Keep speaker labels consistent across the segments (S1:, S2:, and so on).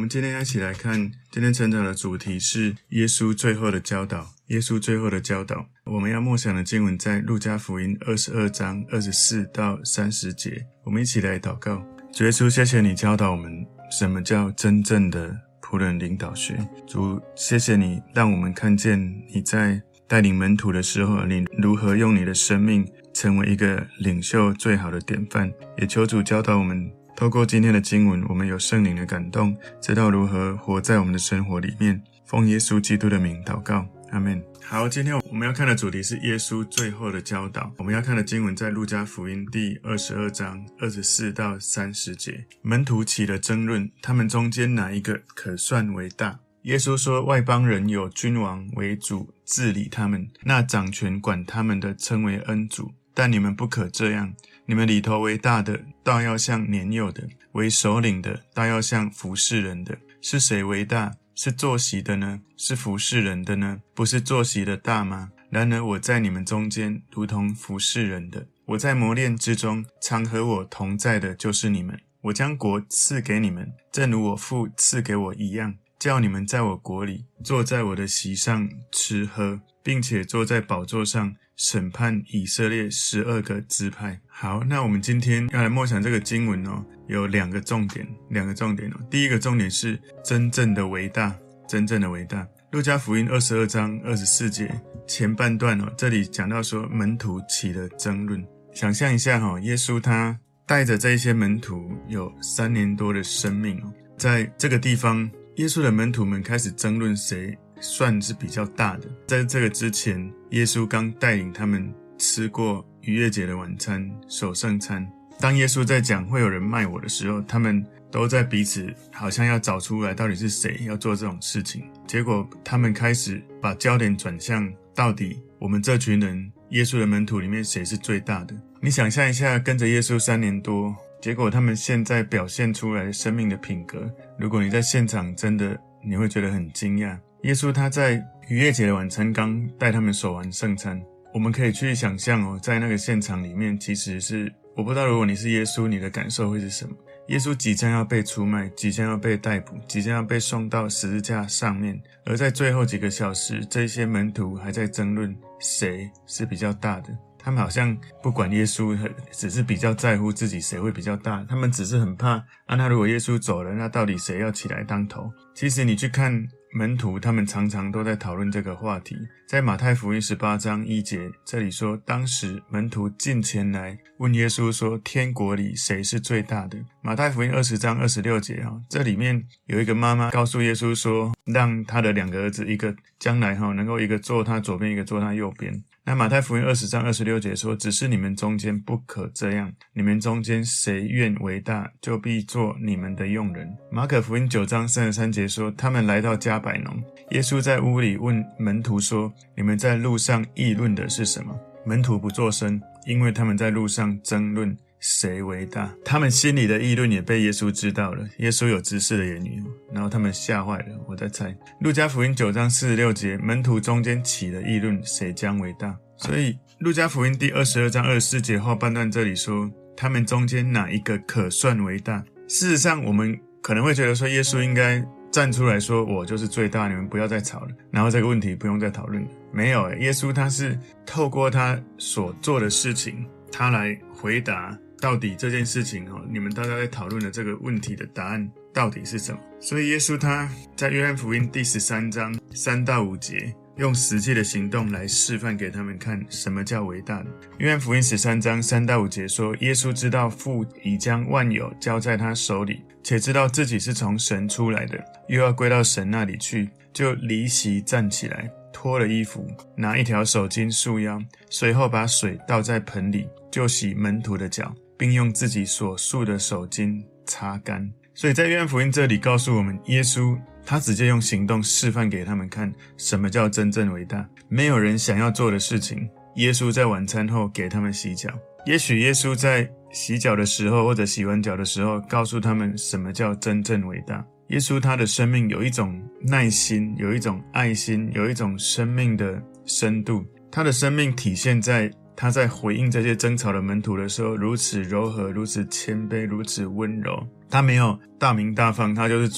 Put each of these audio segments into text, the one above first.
S1: 们今天要一起来看今天成长的主题是耶稣最后的教导。耶稣最后的教导，我们要默想的经文在路加福音22章24到30节。我们一起来祷告。主耶稣，谢谢你教导我们什么叫真正的仆人领导学。主，谢谢你让我们看见你在带领门徒的时候，你如何用你的生命成为一个领袖最好的典范。也求主教导我们，透过今天的经文，我们有圣灵的感动，知道如何活在我们的生活里面。奉耶稣基督的名祷告，阿们。好，今天我们要看的主题是耶稣最后的教导。我们要看的经文在路加福音第22章24到30节。门徒起了争论，他们中间哪一个可算为大？耶稣说，外邦人有君王为主治理他们，那掌权管他们的称为恩主。但你们不可这样，你们里头为大的，倒要像年幼的；为首领的，倒要像服侍人的。是谁为大？是坐席的呢？是服侍人的呢？不是坐席的大吗？然而我在你们中间，如同服侍人的。我在磨练之中，常和我同在的就是你们。我将国赐给你们，正如我父赐给我一样，叫你们在我国里，坐在我的席上吃喝，并且坐在宝座上审判以色列12个支派。好，那我们今天要来默想这个经文有两个重点。第一个重点是真正的伟大，真正的伟大。路加福音22章24节前半段这里讲到说门徒起了争论。想象一下耶稣他带着这些门徒有3年多的生命在这个地方，耶稣的门徒们开始争论谁算是比较大的。在这个之前，耶稣刚带领他们吃过逾越节的晚餐，守圣餐。当耶稣在讲会有人卖我的时候，他们都在彼此好像要找出来到底是谁要做这种事情。结果他们开始把焦点转向到底我们这群人耶稣的门徒里面谁是最大的。你想象一下，跟着耶稣3年多，结果他们现在表现出来生命的品格，如果你在现场，真的你会觉得很惊讶。耶稣他在逾越节的晚餐刚带他们守完圣餐，我们可以去想象在那个现场里面，其实是我不知道如果你是耶稣，你的感受会是什么。耶稣即将要被出卖，即将要被逮捕，即将要被送到十字架上面，而在最后几个小时，这些门徒还在争论谁是比较大的。他们好像不管耶稣，只是比较在乎自己谁会比较大，他们只是很怕那如果耶稣走了，那到底谁要起来当头？其实你去看门徒，他们常常都在讨论这个话题。在马太福音18章1节，这里说，当时门徒近前来问耶稣说，天国里谁是最大的？马太福音20章26节这里面有一个妈妈告诉耶稣说，让他的2个儿子，一个将来能够一个坐他左边，一个坐他右边。那马太福音20章26节说，只是你们中间不可这样，你们中间谁愿为大，就必做你们的用人。马可福音9章33节说，他们来到迦百农，耶稣在屋里问门徒说，你们在路上议论的是什么？门徒不作声，因为他们在路上争论谁为大。他们心里的议论也被耶稣知道了，耶稣有知识的言语，然后他们吓坏了。我在猜路加福音9章46节，门徒中间起了议论，谁将为大。所以路加福音第22章24节后半段这里说，他们中间哪一个可算为大？事实上我们可能会觉得说，耶稣应该站出来说，我就是最大，你们不要再吵了，然后这个问题不用再讨论了。没有耶稣他是透过他所做的事情，他来回答到底这件事情你们大家在讨论的这个问题的答案到底是什么。所以耶稣他在约翰福音第13章3到5节用实际的行动来示范给他们看什么叫伟大的。约翰福音13章3到5节说，耶稣知道父已将万有交在他手里，且知道自己是从神出来的，又要归到神那里去，就离席站起来，脱了衣服，拿一条手巾束腰，随后把水倒在盆里，就洗门徒的脚，并用自己所束的手巾擦干。所以在约翰福音这里告诉我们，耶稣他直接用行动示范给他们看什么叫真正伟大。没有人想要做的事情，耶稣在晚餐后给他们洗脚。也许耶稣在洗脚的时候，或者洗完脚的时候，告诉他们什么叫真正伟大。耶稣他的生命有一种耐心，有一种爱心，有一种生命的深度。他的生命体现在他在回应这些争吵的门徒的时候，如此柔和，如此谦卑，如此温柔。他没有大鸣大放，他就是最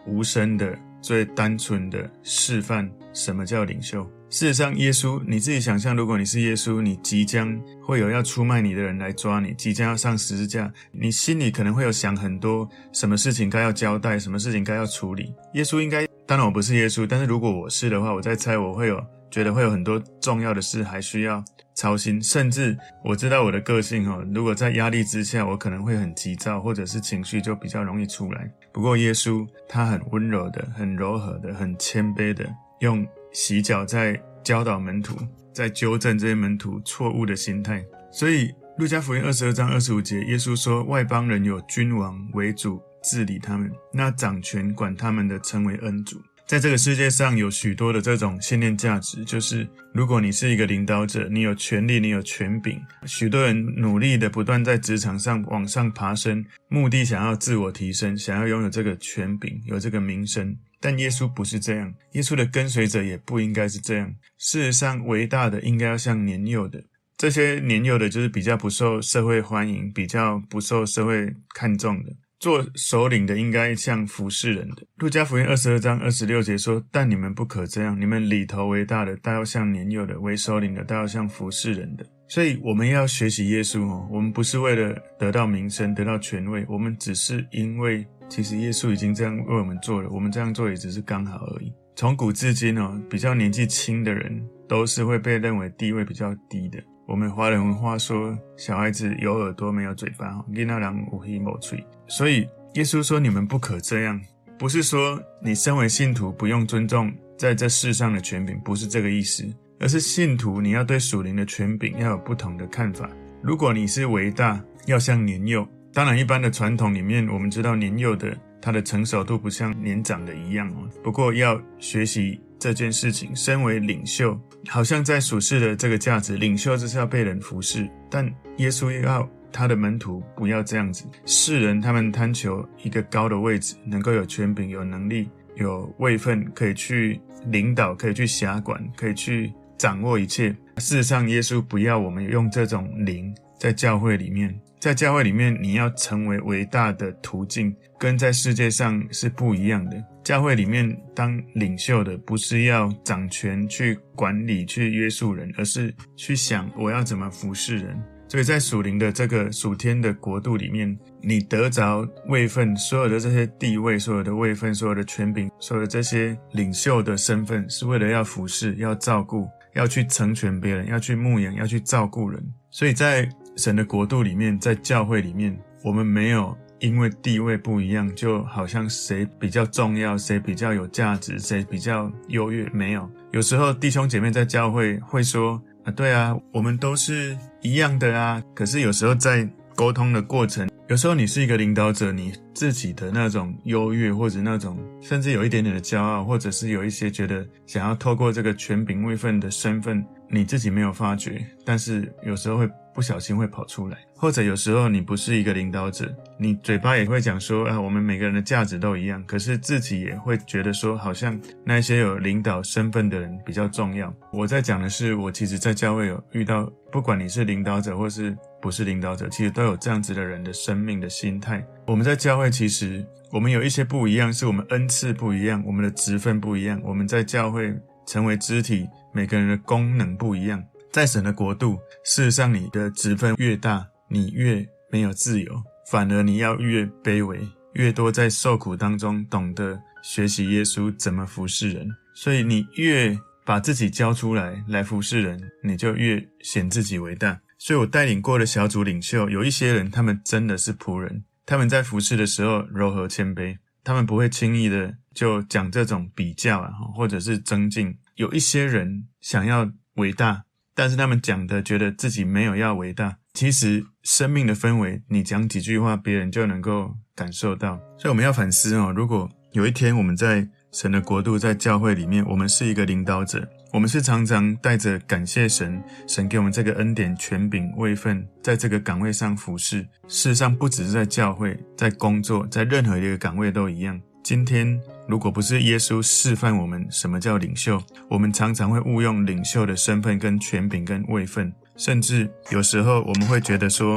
S1: 无声的、最单纯的示范什么叫领袖。事实上，耶稣，你自己想象，如果你是耶稣，你即将会有要出卖你的人来抓你，即将要上十字架，你心里可能会有想很多什么事情该要交代，什么事情该要处理。耶稣应该，当然我不是耶稣，但是如果我是的话，我在猜我会觉得会有很多重要的事还需要操心，甚至我知道我的个性如果在压力之下，我可能会很急躁，或者是情绪就比较容易出来。不过耶稣他很温柔的、很柔和的、很谦卑的，用洗脚在教导门徒，在纠正这些门徒错误的心态。所以路加福音22章25节，耶稣说，外邦人有君王为主治理他们，那掌权管他们的称为恩主。在这个世界上有许多的这种信念价值，就是如果你是一个领导者，你有权力，你有权柄，许多人努力的不断在职场上往上爬升，目的想要自我提升，想要拥有这个权柄，有这个名声。但耶稣不是这样，耶稣的跟随者也不应该是这样。事实上，伟大的应该要像年幼的，这些年幼的就是比较不受社会欢迎，比较不受社会看重的。做首领的应该像服侍人的。路加福音22章26节说，但你们不可这样，你们里头为大的，都要像年幼的；为首领的，都要像服侍人的。所以我们要学习耶稣我们不是为了得到名声，得到权位，我们只是因为其实耶稣已经这样为我们做了，我们这样做也只是刚好而已。从古至今比较年纪轻的人都是会被认为地位比较低的。我们华人文化说，小孩子有耳朵没有嘴巴，囡仔人有耳没嘴。所以耶稣说你们不可这样，不是说你身为信徒不用尊重在这世上的权柄，不是这个意思，而是信徒你要对属灵的权柄要有不同的看法。如果你是为大，要像年幼。当然一般的传统里面，我们知道年幼的他的成熟度不像年长的一样不过要学习这件事情，身为领袖，好像在属世的这个价值，领袖就是要被人服侍，但耶稣要他的门徒不要这样子。世人他们贪求一个高的位置，能够有权柄、有能力、有位分，可以去领导，可以去辖管，可以去掌握一切。事实上耶稣不要我们用这种灵在教会里面。在教会里面，你要成为伟大的途径，跟在世界上是不一样的。教会里面当领袖的不是要掌权去管理去约束人，而是去想我要怎么服侍人。所以在属灵的这个属天的国度里面，你得着位分，所有的这些地位，所有的位分，所有的权柄，所有的这些领袖的身份，是为了要服侍，要照顾，要去成全别人，要去牧养，要去照顾人。所以在神的国度里面，在教会里面，我们没有因为地位不一样，就好像谁比较重要，谁比较有价值，谁比较优越，没有。有时候弟兄姐妹在教会会说对啊，我们都是一样的啊。可是有时候在沟通的过程，有时候你是一个领导者，你自己的那种优越，或者那种甚至有一点点的骄傲，或者是有一些觉得想要透过这个权柄位分的身份，你自己没有发觉，但是有时候会不小心会跑出来。或者有时候你不是一个领导者，你嘴巴也会讲说我们每个人的价值都一样，可是自己也会觉得说好像那些有领导身份的人比较重要。我在讲的是，我其实在教会有遇到，不管你是领导者或是不是领导者，其实都有这样子的人的生命的心态。我们在教会其实我们有一些不一样，是我们恩赐不一样，我们的职分不一样，我们在教会成为肢体，每个人的功能不一样。在神的国度，事实上你的职分越大，你越没有自由，反而你要越卑微，越多在受苦当中懂得学习耶稣怎么服侍人。所以你越把自己交出来服侍人，你就越显自己为大。所以我带领过的小组领袖，有一些人他们真的是仆人，他们在服侍的时候柔和谦卑，他们不会轻易的就讲这种比较或者是增进。有一些人想要伟大，但是他们讲的觉得自己没有要伟大，其实生命的氛围，你讲几句话别人就能够感受到。所以我们要反思如果有一天我们在神的国度，在教会里面，我们是一个领导者，我们是常常带着感谢神，神给我们这个恩典、权柄、位分，在这个岗位上服侍。事实上不只是在教会，在工作，在任何一个岗位都一样。今天如果不是耶稣示范我们什么叫领袖，我们常常会误用领袖的身份跟权柄跟位分，甚至有时候我们会觉得说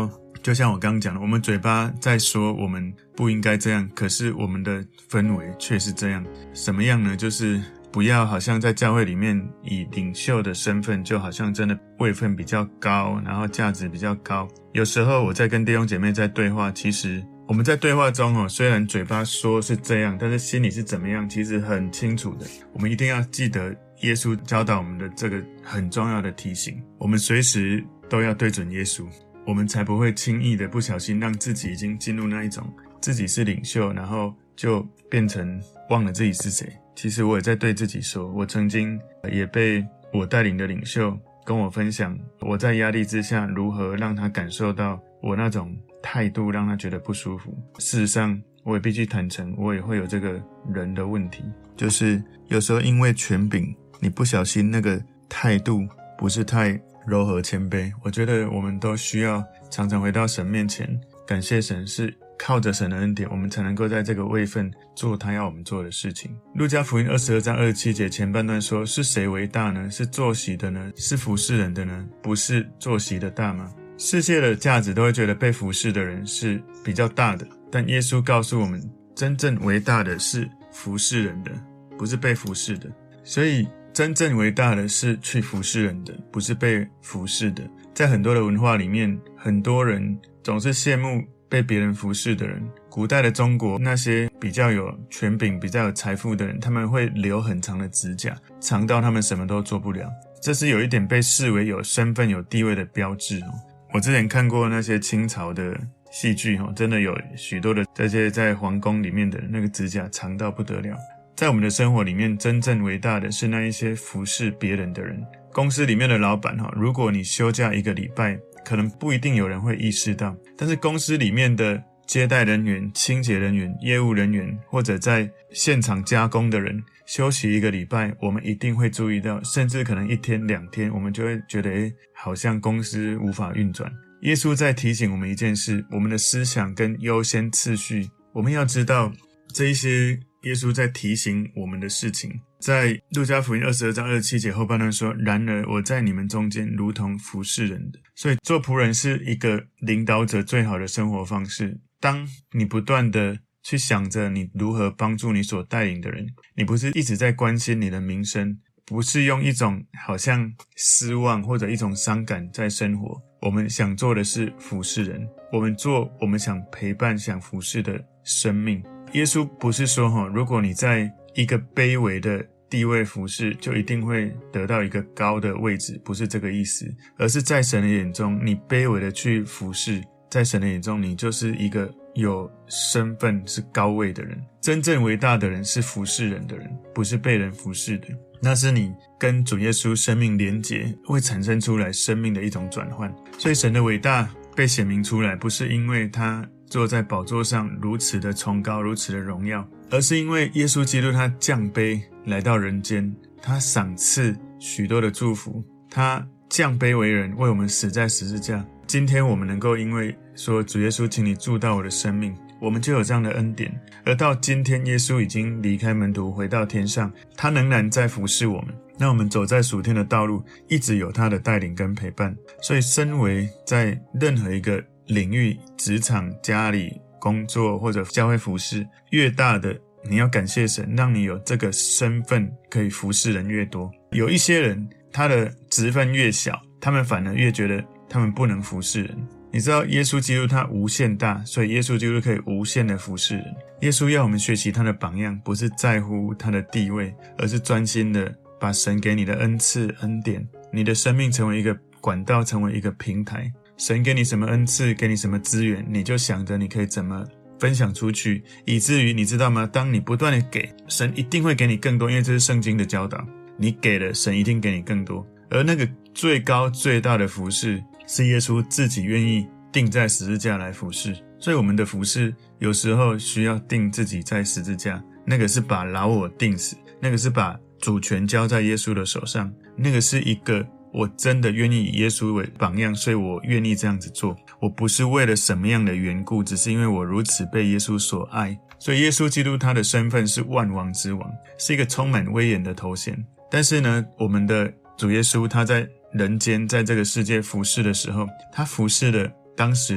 S1: 就像我刚刚讲的，我们嘴巴在说我们不应该这样，可是我们的氛围却是这样。什么样呢？就是不要好像在教会里面以领袖的身份，就好像真的位分比较高，然后价值比较高。有时候我在跟弟兄姐妹在对话，其实我们在对话中虽然嘴巴说是这样，但是心里是怎么样，其实很清楚的。我们一定要记得耶稣教导我们的这个很重要的提醒，我们随时都要对准耶稣，我们才不会轻易的不小心让自己已经进入那一种自己是领袖，然后就变成忘了自己是谁。其实我也在对自己说，我曾经也被我带领的领袖跟我分享，我在压力之下如何让他感受到我那种态度让他觉得不舒服。事实上我也必须坦诚，我也会有这个人的问题，就是有时候因为权柄，你不小心那个态度不是太柔和谦卑。我觉得我们都需要常常回到神面前，感谢神，是靠着神的恩典，我们才能够在这个位分做他要我们做的事情。路加福音22章27节前半段说，是谁为大呢？是坐席的呢？是服侍人的呢？不是坐席的大吗？世界的价值都会觉得被服侍的人是比较大的，但耶稣告诉我们，真正为大的是服侍人的，不是被服侍的。所以真正为大的是去服侍人的，不是被服侍的。在很多的文化里面，很多人总是羡慕被别人服侍的人。古代的中国，那些比较有权柄、比较有财富的人，他们会留很长的指甲，长到他们什么都做不了。这是有一点被视为有身份、有地位的标志。我之前看过那些清朝的戏剧，真的有许多的这些在皇宫里面的那个指甲长到不得了。在我们的生活里面，真正伟大的是那一些服侍别人的人。公司里面的老板，如果你休假1个礼拜，可能不一定有人会意识到，但是公司里面的接待人员、清洁人员、业务人员，或者在现场加工的人，休息1个礼拜，我们一定会注意到，甚至可能1天2天，我们就会觉得好像公司无法运转。耶稣在提醒我们一件事，我们的思想跟优先次序，我们要知道这一些耶稣在提醒我们的事情。在路加福音22章27节后半段说，然而我在你们中间如同服侍人的。所以做仆人是一个领导者最好的生活方式。当你不断的去想着你如何帮助你所带领的人，你不是一直在关心你的名声，不是用一种好像失望或者一种伤感在生活。我们想做的是服侍人，我们做我们想陪伴、想服侍的生命。耶稣不是说如果你在一个卑微的地位服侍，就一定会得到一个高的位置，不是这个意思，而是在神的眼中，你卑微的去服侍，在神的眼中，你就是一个有身份是高位的人。真正伟大的人是服侍人的人，不是被人服侍的。那是你跟主耶稣生命连结，会产生出来生命的一种转换。所以神的伟大被显明出来，不是因为他坐在宝座上如此的崇高，如此的荣耀，而是因为耶稣基督他降卑来到人间，他赏赐许多的祝福，他降卑为人，为我们死在十字架。今天我们能够因为说主耶稣请你住到我的生命，我们就有这样的恩典。而到今天耶稣已经离开门徒回到天上，他仍然在服侍我们，那我们走在属天的道路一直有他的带领跟陪伴。所以身为在任何一个领域，职场、家里、工作或者教会服侍，越大的你要感谢神，让你有这个身份可以服侍人越多。有一些人他的职分越小，他们反而越觉得他们不能服侍人。你知道耶稣基督他无限大，所以耶稣基督可以无限的服侍人。耶稣要我们学习他的榜样，不是在乎他的地位，而是专心的把神给你的恩赐恩典，你的生命成为一个管道，成为一个平台。神给你什么恩赐，给你什么资源，你就想着你可以怎么分享出去，以至于你知道吗？当你不断的给，神一定会给你更多，因为这是圣经的教导。你给了，神一定给你更多。而那个最高最大的服事，是耶稣自己愿意钉在十字架来服事。所以我们的服事有时候需要钉自己在十字架，那个是把老我钉死，那个是把主权交在耶稣的手上，那个是一个我真的愿意以耶稣为榜样，所以我愿意这样子做。我不是为了什么样的缘故，只是因为我如此被耶稣所爱。所以耶稣基督他的身份是万王之王，是一个充满威严的头衔。但是呢，我们的主耶稣他在人间，在这个世界服侍的时候，他服侍了当时的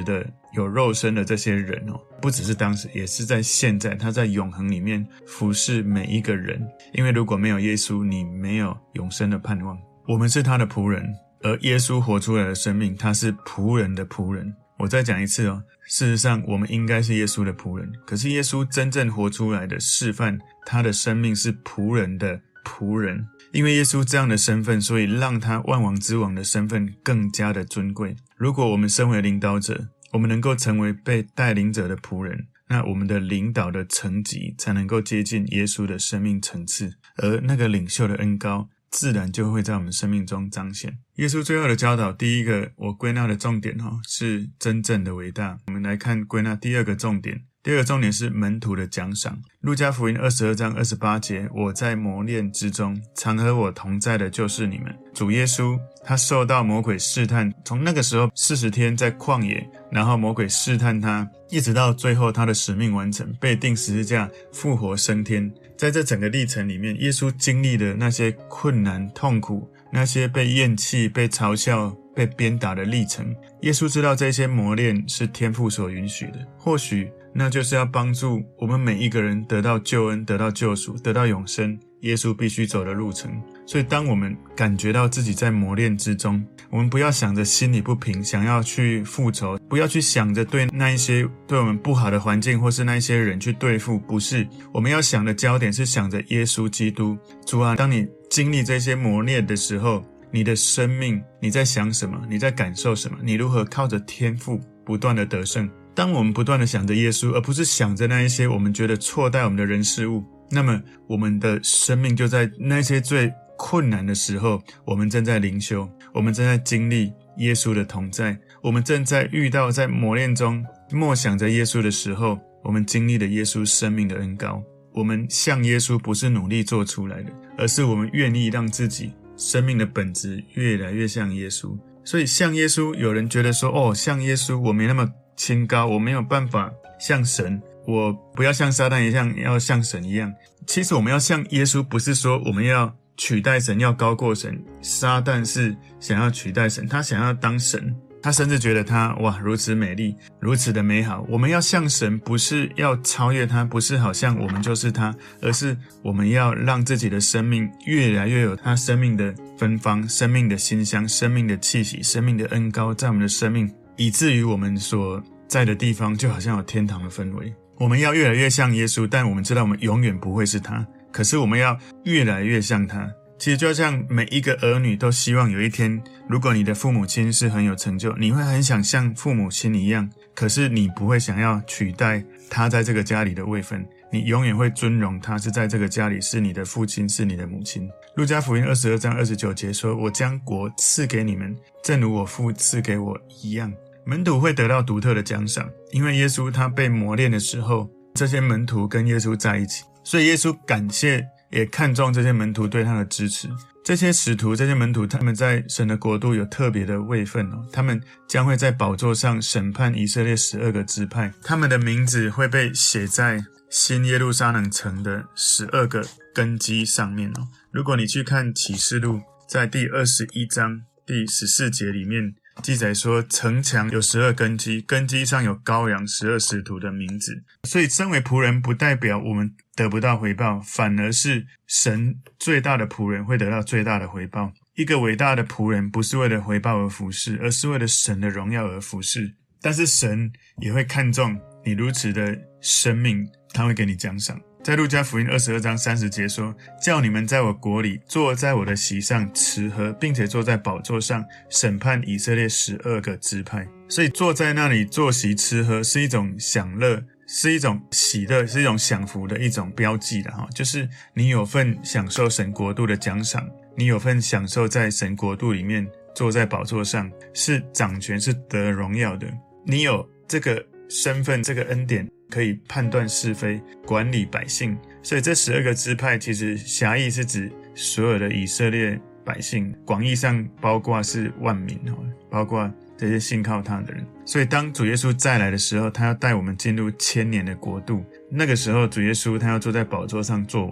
S1: 有肉身的这些人不只是当时，也是在现在，他在永恒里面服侍每一个人。因为如果没有耶稣，你没有永生的盼望。我们是他的仆人，而耶稣活出来的生命，他是仆人的仆人。我再讲一次事实上我们应该是耶稣的仆人，可是耶稣真正活出来的示范，他的生命是仆人的仆人。因为耶稣这样的身份，所以让他万王之王的身份更加的尊贵。如果我们身为领导者，我们能够成为被带领者的仆人，那我们的领导的层级才能够接近耶稣的生命层次，而那个领袖的恩膏自然就会在我们生命中彰显。耶稣最后的教导，第一个我归纳的重点是真正的伟大。我们来看归纳第二个重点。第二个重点是门徒的奖赏。路加福音22章28节，我在磨练之中，常和我同在的就是你们。主耶稣他受到魔鬼试探，从那个时候40天在旷野，然后魔鬼试探他，一直到最后他的使命完成，被钉十字架，复活升天。在这整个历程里面，耶稣经历的那些困难痛苦，那些被厌弃、被嘲笑、被鞭打的历程，耶稣知道这些磨练是天父所允许的，或许那就是要帮助我们每一个人得到救恩、得到救赎、得到永生，耶稣必须走的路程。所以当我们感觉到自己在磨练之中，我们不要想着心里不平，想要去复仇，不要去想着对那一些对我们不好的环境或是那一些人去对付，不是，我们要想的焦点是想着耶稣基督。主啊，当你经历这些磨练的时候，你的生命你在想什么？你在感受什么？你如何靠着天父不断的得胜？当我们不断的想着耶稣，而不是想着那一些我们觉得错待我们的人事物，那么我们的生命就在那些最困难的时候，我们正在灵修，我们正在经历耶稣的同在，我们正在遇到在磨练中默想着耶稣的时候，我们经历了耶稣生命的恩膏。我们像耶稣不是努力做出来的，而是我们愿意让自己生命的本质越来越像耶稣。所以像耶稣，有人觉得说像耶稣我没那么清高，我没有办法像神，我不要像撒旦一样，要像神一样。其实我们要像耶稣，不是说我们要取代神，要高过神。撒旦是想要取代神，他想要当神，他甚至觉得他如此美丽，如此的美好。我们要像神，不是要超越他，不是好像我们就是他，而是我们要让自己的生命越来越有他生命的芬芳，生命的馨香，生命的气息，生命的恩膏在我们的生命，以至于我们所在的地方就好像有天堂的氛围。我们要越来越像耶稣，但我们知道我们永远不会是他，可是我们要越来越像他。其实就像每一个儿女都希望有一天，如果你的父母亲是很有成就，你会很想像父母亲一样，可是你不会想要取代他在这个家里的位分，你永远会尊荣他是在这个家里是你的父亲，是你的母亲。路加福音22章29节说，我将国赐给你们，正如我父赐给我一样。门徒会得到独特的奖赏，因为耶稣他被磨练的时候，这些门徒跟耶稣在一起，所以耶稣感谢也看重这些门徒对他的支持。这些使徒，这些门徒，他们在神的国度有特别的位分他们将会在宝座上审判以色列12个支派，他们的名字会被写在新耶路撒冷城的12个根基上面如果你去看启示录，在第21章第14节里面记载说，城墙有12根基，根基上有羔羊12使徒的名字。所以身为仆人不代表我们得不到回报，反而是神最大的仆人会得到最大的回报。一个伟大的仆人不是为了回报而服侍，而是为了神的荣耀而服侍。但是神也会看重你如此的生命，他会给你奖赏。在路加福音22章30节说，叫你们在我国里坐在我的席上吃喝，并且坐在宝座上审判以色列12个支派。所以坐在那里坐席吃喝是一种享乐，是一种喜乐，是一种享福的一种标记的就是你有份享受神国度的奖赏，你有份享受在神国度里面坐在宝座上，是掌权，是得荣耀的。你有这个身份，这个恩典，可以判断是非，管理百姓。所以这12个支派其实狭义是指所有的以色列百姓，广义上包括是万民，包括这些信靠他的人。所以当主耶稣再来的时候，他要带我们进入1000年的国度。那个时候主耶稣他要坐在宝座上做王，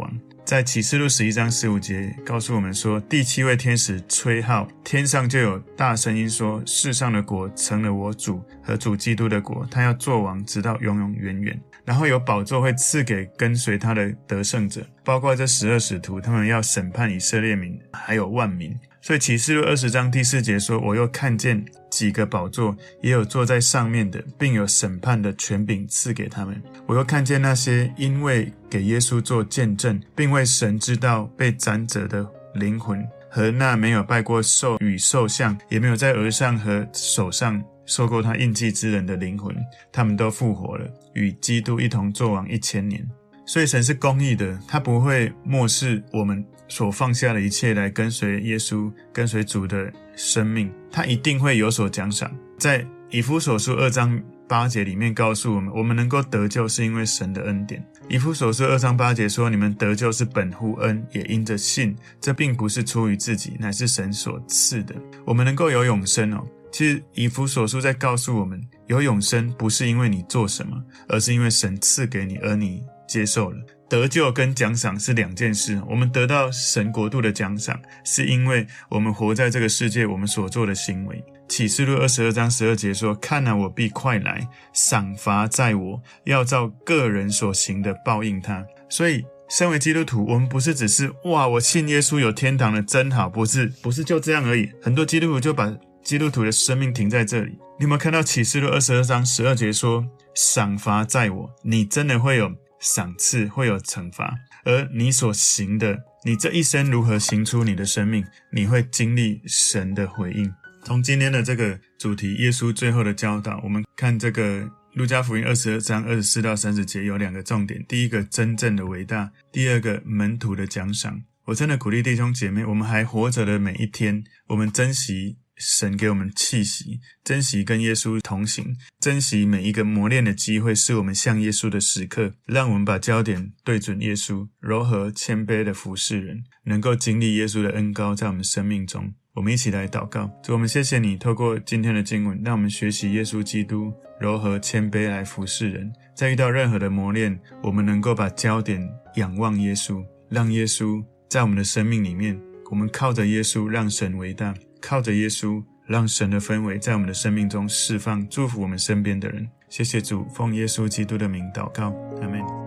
S1: 在启示录11章15节告诉我们说，第7位天使吹号，天上就有大声音说，世上的国成了我主和主基督的国，他要作王直到永永远远。然后有宝座会赐给跟随他的得胜者，包括这12使徒，他们要审判以色列民还有万民。所以启示录20章第4节说，我又看见几个宝座，也有坐在上面的，并有审判的权柄赐给他们。我又看见那些因为给耶稣做见证，并为神之道被斩者的灵魂，和那没有拜过兽与兽像，也没有在额上和手上受过他印记之人的灵魂，他们都复活了，与基督一同作王1000年。所以神是公义的，他不会漠视我们所放下的一切来跟随耶稣、跟随主的生命，他一定会有所奖赏。在以弗所书2章8节里面告诉我们，我们能够得救是因为神的恩典。以弗所书2章8节说，你们得救是本乎恩，也因着信，这并不是出于自己，乃是神所赐的。我们能够有永生哦。其实以弗所书在告诉我们，有永生不是因为你做什么，而是因为神赐给你，而你接受了。得救跟奖赏是两件事，我们得到神国度的奖赏，是因为我们活在这个世界我们所做的行为。启示录22章12节说，看啊，我必快来，赏罚在我，要照个人所行的报应他。所以身为基督徒，我们不是只是哇，我信耶稣有天堂了真好，不是就这样而已。很多基督徒就把基督徒的生命停在这里。你有没有看到启示录22章12节说，赏罚在我，你真的会有赏赐，会有惩罚，而你所行的，你这一生如何行出你的生命，你会经历神的回应。从今天的这个主题，耶稣最后的教导，我们看这个路加福音22章24到30节有2个重点。第一个，真正的伟大；第二个，门徒的奖赏。我真的鼓励弟兄姐妹，我们还活着的每一天，我们珍惜神给我们气息，珍惜跟耶稣同行，珍惜每一个磨练的机会，是我们向耶稣的时刻，让我们把焦点对准耶稣，柔和谦卑的服侍人，能够经历耶稣的恩膏在我们生命中。我们一起来祷告。主，我们谢谢你透过今天的经文，让我们学习耶稣基督柔和谦卑来服侍人，在遇到任何的磨练，我们能够把焦点仰望耶稣，让耶稣在我们的生命里面，我们靠着耶稣让神伟大，靠着耶稣让神的氛围在我们的生命中释放，祝福我们身边的人。谢谢主，奉耶稣基督的名祷告，阿们。